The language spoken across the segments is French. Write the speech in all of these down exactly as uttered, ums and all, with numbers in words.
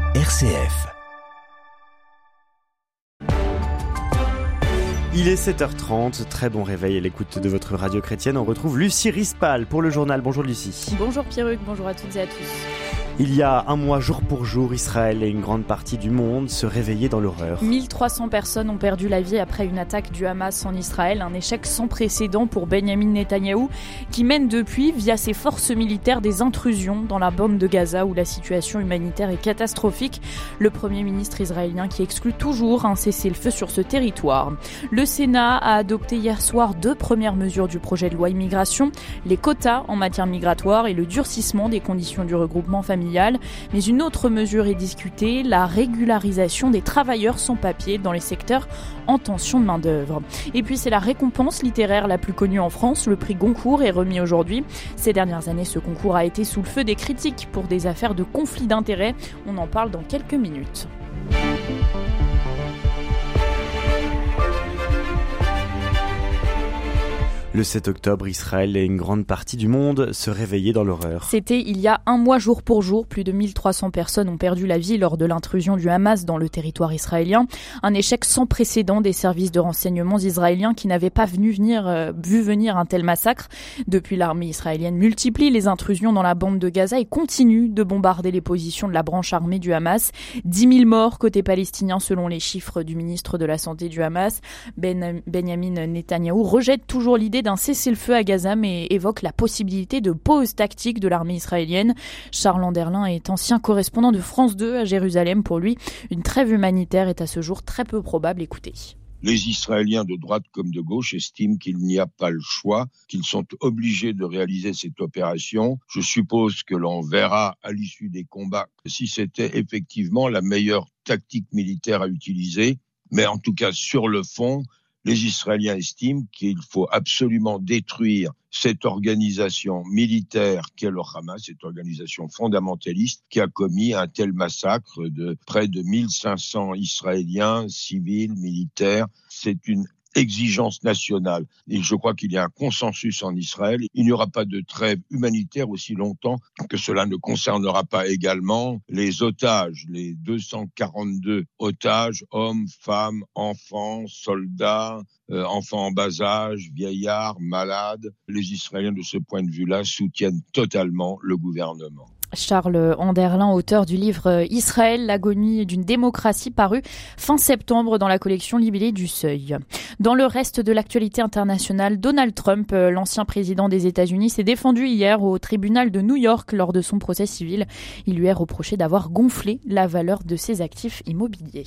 R C F. Il est sept heures trente, très bon réveil à l'écoute de votre radio chrétienne. On retrouve Lucie Rispal pour le journal. Bonjour Lucie. Bonjour Pierruc, bonjour à toutes et à tous. Il y a un mois, jour pour jour, Israël et une grande partie du monde se réveillaient dans l'horreur. mille trois cents personnes ont perdu la vie après une attaque du Hamas en Israël, un échec sans précédent pour Benyamin Netanyahou, qui mène depuis, via ses forces militaires, des intrusions dans la bande de Gaza où la situation humanitaire est catastrophique. Le Premier ministre israélien qui exclut toujours un cessez-le-feu sur ce territoire. Le Sénat a adopté hier soir deux premières mesures du projet de loi immigration, les quotas en matière migratoire et le durcissement des conditions du regroupement familial. Mais une autre mesure est discutée, la régularisation des travailleurs sans papier dans les secteurs en tension de main-d'œuvre. Et puis c'est la récompense littéraire la plus connue en France, le prix Goncourt est remis aujourd'hui. Ces dernières années, ce concours a été sous le feu des critiques pour des affaires de conflit d'intérêts. On en parle dans quelques minutes. Le sept octobre, Israël et une grande partie du monde se réveillaient dans l'horreur. C'était il y a un mois jour pour jour. Plus de mille trois cents personnes ont perdu la vie lors de l'intrusion du Hamas dans le territoire israélien. Un échec sans précédent des services de renseignement israéliens qui n'avaient pas venu venir, euh, vu venir un tel massacre. Depuis, l'armée israélienne multiplie les intrusions dans la bande de Gaza et continue de bombarder les positions de la branche armée du Hamas. dix mille morts côté palestinien selon les chiffres du ministre de la Santé du Hamas. Ben, Benyamin Netanyahou rejette toujours l'idée d'un cessez-le-feu à Gaza, mais évoque la possibilité de pause tactique de l'armée israélienne. Charles Anderlin est ancien correspondant de France deux à Jérusalem. Pour lui, une trêve humanitaire est à ce jour très peu probable. Écoutez. Les Israéliens de droite comme de gauche estiment qu'il n'y a pas le choix, qu'ils sont obligés de réaliser cette opération. Je suppose que l'on verra à l'issue des combats si c'était effectivement la meilleure tactique militaire à utiliser. Mais en tout cas, sur le fond, les Israéliens estiment qu'il faut absolument détruire cette organisation militaire qu'est le Hamas, cette organisation fondamentaliste qui a commis un tel massacre de près de mille cinq cents Israéliens, civils, militaires. C'est une exigence nationale. Et je crois qu'il y a un consensus en Israël. Il n'y aura pas de trêve humanitaire aussi longtemps que cela ne concernera pas également les otages, les deux cent quarante-deux otages, hommes, femmes, enfants, soldats, euh, enfants en bas âge, vieillards, malades. Les Israéliens, de ce point de vue-là, soutiennent totalement le gouvernement. Charles Anderlin, auteur du livre Israël, l'agonie d'une démocratie, paru fin septembre dans la collection Libellé du Seuil. Dans le reste de l'actualité internationale, Donald Trump, l'ancien président des États-Unis, s'est défendu hier au tribunal de New York lors de son procès civil. Il lui est reproché d'avoir gonflé la valeur de ses actifs immobiliers.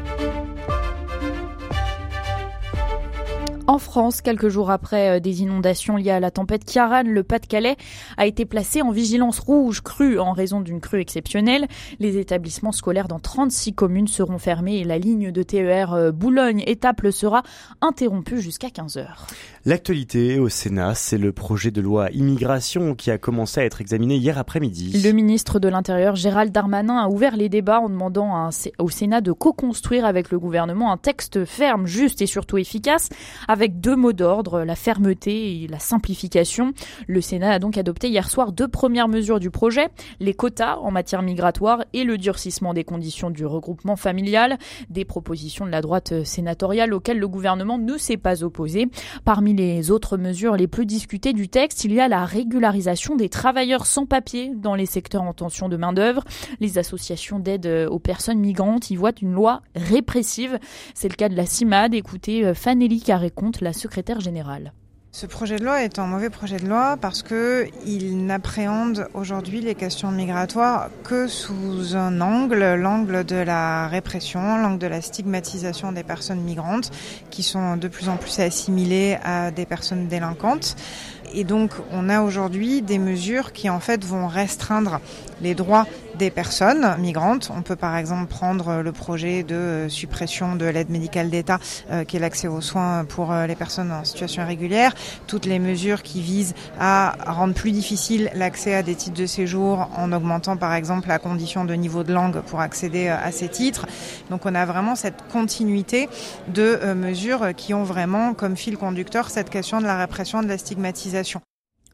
En France, quelques jours après des inondations liées à la tempête Ciaran, le Pas-de-Calais a été placé en vigilance rouge crue en raison d'une crue exceptionnelle. Les établissements scolaires dans trente-six communes seront fermés et la ligne de T E R Boulogne-Étaples sera interrompue jusqu'à quinze heures. L'actualité au Sénat, c'est le projet de loi immigration qui a commencé à être examiné hier après-midi. Le ministre de l'Intérieur, Gérald Darmanin, a ouvert les débats en demandant à un, au Sénat de co-construire avec le gouvernement un texte ferme, juste et surtout efficace, avec deux mots d'ordre, la fermeté et la simplification. Le Sénat a donc adopté hier soir deux premières mesures du projet, les quotas en matière migratoire et le durcissement des conditions du regroupement familial, des propositions de la droite sénatoriale auxquelles le gouvernement ne s'est pas opposé. Parmi les autres mesures les plus discutées du texte, il y a la régularisation des travailleurs sans papier dans les secteurs en tension de main-d'œuvre. Les associations d'aide aux personnes migrantes y voient une loi répressive. C'est le cas de la CIMAD. Écoutez Fanélie Carré-Comte, la secrétaire générale. Ce projet de loi est un mauvais projet de loi parce qu'il n'appréhende aujourd'hui les questions migratoires que sous un angle, l'angle de la répression, l'angle de la stigmatisation des personnes migrantes qui sont de plus en plus assimilées à des personnes délinquantes. Et donc, on a aujourd'hui des mesures qui, en fait, vont restreindre les droits des personnes migrantes. On peut, par exemple, prendre le projet de suppression de l'aide médicale d'État, euh, qui est l'accès aux soins pour euh, les personnes en situation irrégulière. Toutes les mesures qui visent à rendre plus difficile l'accès à des titres de séjour en augmentant, par exemple, la condition de niveau de langue pour accéder à ces titres. Donc, on a vraiment cette continuité de euh, mesures qui ont vraiment comme fil conducteur cette question de la répression, de la stigmatisation.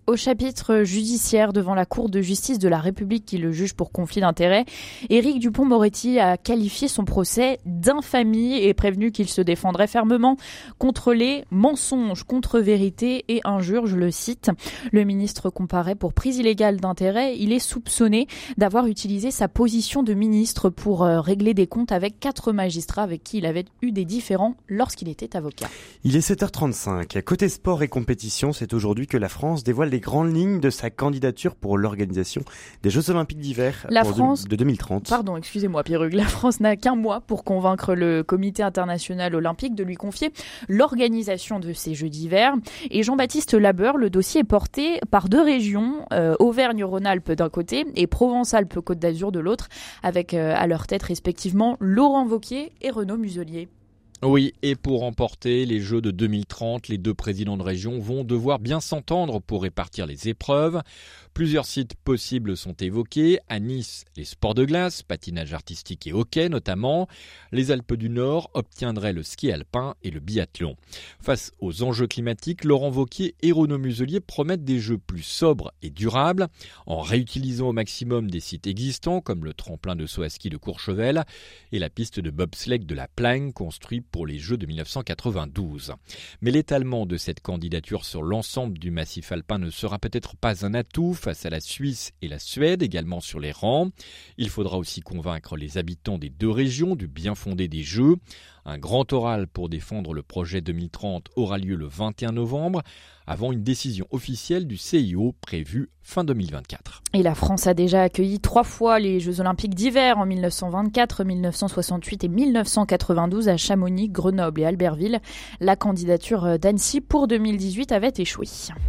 Au chapitre judiciaire devant la Cour de justice de la République qui le juge pour conflit d'intérêts, Éric Dupond-Moretti a qualifié son procès d'infamie et prévenu qu'il se défendrait fermement contre les mensonges, contre-vérité et injures, je le cite. Le ministre comparaît pour prise illégale d'intérêt. Il est soupçonné d'avoir utilisé sa position de ministre pour régler des comptes avec quatre magistrats avec qui il avait eu des différends lorsqu'il était avocat. Il est sept heures trente-cinq. Côté sport et compétition, c'est aujourd'hui que la France dévoile les grandes lignes de sa candidature pour l'organisation des Jeux Olympiques d'hiver la pour France, de deux mille trente. Pardon, excusez-moi Pierrugue. La France n'a qu'un mois pour convaincre le Comité international olympique de lui confier l'organisation de ces Jeux d'hiver. Et Jean-Baptiste Labeur, le dossier est porté par deux régions, euh, Auvergne-Rhône-Alpes d'un côté et Provence-Alpes-Côte d'Azur de l'autre, avec euh, à leur tête respectivement Laurent Wauquiez et Renaud Muselier. Oui, et pour remporter les Jeux de deux mille trente, les deux présidents de région vont devoir bien s'entendre pour répartir les épreuves. Plusieurs sites possibles sont évoqués. À Nice, les sports de glace, patinage artistique et hockey notamment. Les Alpes du Nord obtiendraient le ski alpin et le biathlon. Face aux enjeux climatiques, Laurent Wauquiez et Renaud Muselier promettent des jeux plus sobres et durables, en réutilisant au maximum des sites existants comme le tremplin de saut à ski de Courchevel et la piste de bobsleigh de la Plagne construite pour les Jeux de dix-neuf cent quatre-vingt-douze. Mais l'étalement de cette candidature sur l'ensemble du massif alpin ne sera peut-être pas un atout face à la Suisse et la Suède, également sur les rangs. Il faudra aussi convaincre les habitants des deux régions du bien fondé des Jeux. Un grand oral pour défendre le projet deux mille trente aura lieu le vingt et un novembre, avant une décision officielle du C I O prévue fin deux mille vingt-quatre. Et la France a déjà accueilli trois fois les Jeux Olympiques d'hiver en mille neuf cent vingt-quatre, mille neuf cent soixante-huit et mille neuf cent quatre-vingt-douze à Chamonix, Grenoble et Albertville. La candidature d'Annecy pour deux mille dix-huit avait échoué.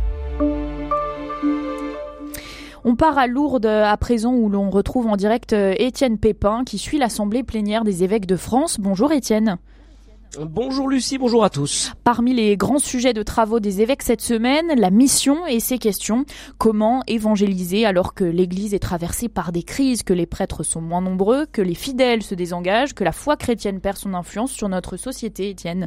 On part à Lourdes à présent où l'on retrouve en direct Étienne Pépin qui suit l'assemblée plénière des évêques de France. Bonjour Étienne. Bonjour Lucie, bonjour à tous. Parmi les grands sujets de travaux des évêques cette semaine, la mission et ses questions. Comment évangéliser alors que l'Église est traversée par des crises, que les prêtres sont moins nombreux, que les fidèles se désengagent, que la foi chrétienne perd son influence sur notre société, Étienne?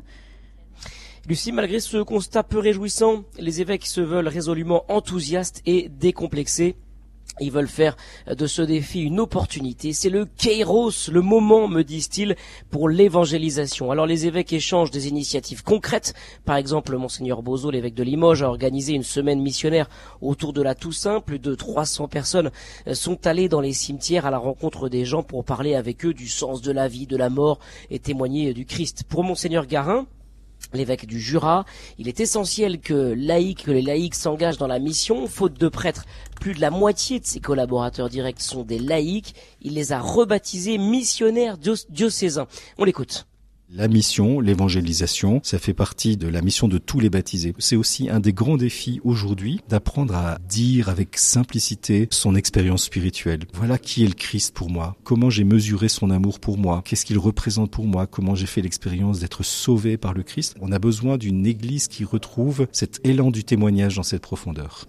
Lucie, malgré ce constat peu réjouissant, les évêques se veulent résolument enthousiastes et décomplexés. Ils veulent faire de ce défi une opportunité. C'est le kairos, le moment, me disent-ils, pour l'évangélisation. Alors les évêques échangent des initiatives concrètes. Par exemple, Monseigneur Bozo, l'évêque de Limoges, a organisé une semaine missionnaire autour de la Toussaint. Plus de trois cents personnes sont allées dans les cimetières à la rencontre des gens pour parler avec eux du sens de la vie, de la mort et témoigner du Christ. Pour Monseigneur Garin, l'évêque du Jura, il est essentiel que, laïcs, que les laïcs s'engagent dans la mission. Faute de prêtres, plus de la moitié de ses collaborateurs directs sont des laïcs. Il les a rebaptisés missionnaires diocésains. On l'écoute. La mission, l'évangélisation, ça fait partie de la mission de tous les baptisés. C'est aussi un des grands défis aujourd'hui d'apprendre à dire avec simplicité son expérience spirituelle. Voilà qui est le Christ pour moi, comment j'ai mesuré son amour pour moi, qu'est-ce qu'il représente pour moi, comment j'ai fait l'expérience d'être sauvé par le Christ. On a besoin d'une église qui retrouve cet élan du témoignage dans cette profondeur.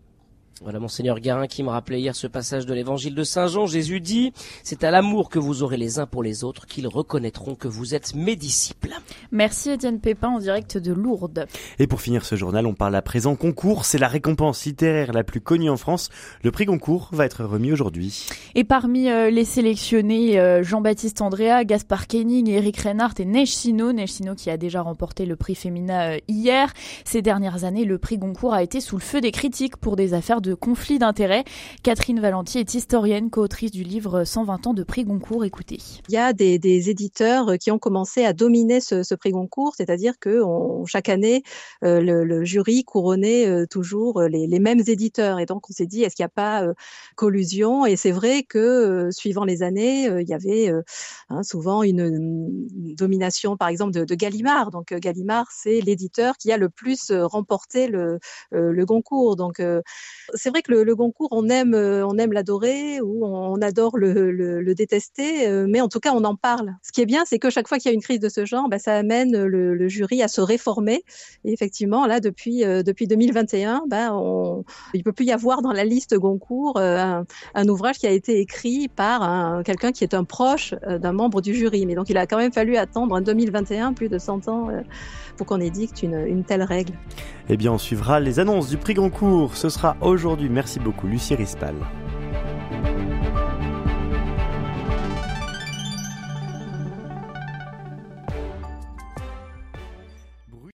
Voilà Monseigneur Garin qui me rappelait hier ce passage de l'évangile de Saint Jean. Jésus dit, c'est à l'amour que vous aurez les uns pour les autres qu'ils reconnaîtront que vous êtes mes disciples. Merci Étienne Pépin en direct de Lourdes. Et pour finir ce journal, on parle à présent concours. C'est la récompense littéraire la plus connue en France. Le prix Goncourt va être remis aujourd'hui. Et parmi euh, les sélectionnés, euh, Jean-Baptiste Andréa, Gaspard Koenig, Eric Reinhardt et Neige Sino. Neige Sino qui a déjà remporté le prix féminin euh, hier. Ces dernières années, le prix Goncourt a été sous le feu des critiques pour des affaires de de conflit d'intérêts. Catherine Valenti est historienne, co-autrice du livre cent vingt ans de prix Goncourt. Écoutez. Il y a des, des éditeurs qui ont commencé à dominer ce, ce prix Goncourt, c'est-à-dire que on, chaque année, euh, le, le jury couronnait euh, toujours les, les mêmes éditeurs. Et donc, on s'est dit, est-ce qu'il n'y a pas euh, collusion? Et c'est vrai que, euh, suivant les années, euh, il y avait euh, hein, souvent une, une domination, par exemple, de, de Gallimard. Donc, euh, Gallimard, c'est l'éditeur qui a le plus euh, remporté le, euh, le Goncourt. Donc, euh, c'est vrai que le, le Goncourt, on aime, on aime l'adorer ou on adore le, le, le détester, mais en tout cas, on en parle. Ce qui est bien, c'est que chaque fois qu'il y a une crise de ce genre, bah, ça amène le, le jury à se réformer. Et effectivement, là, depuis, euh, depuis deux mille vingt et un, bah, on, il peut plus y avoir dans la liste Goncourt euh, un, un ouvrage qui a été écrit par un, quelqu'un qui est un proche euh, d'un membre du jury. Mais donc, il a quand même fallu attendre en deux mille vingt et un, plus de cent ans, euh, pour qu'on édicte une, une telle règle. Eh bien, on suivra les annonces du prix Goncourt. Ce sera aujourd'hui. Merci beaucoup, Lucie Rispal.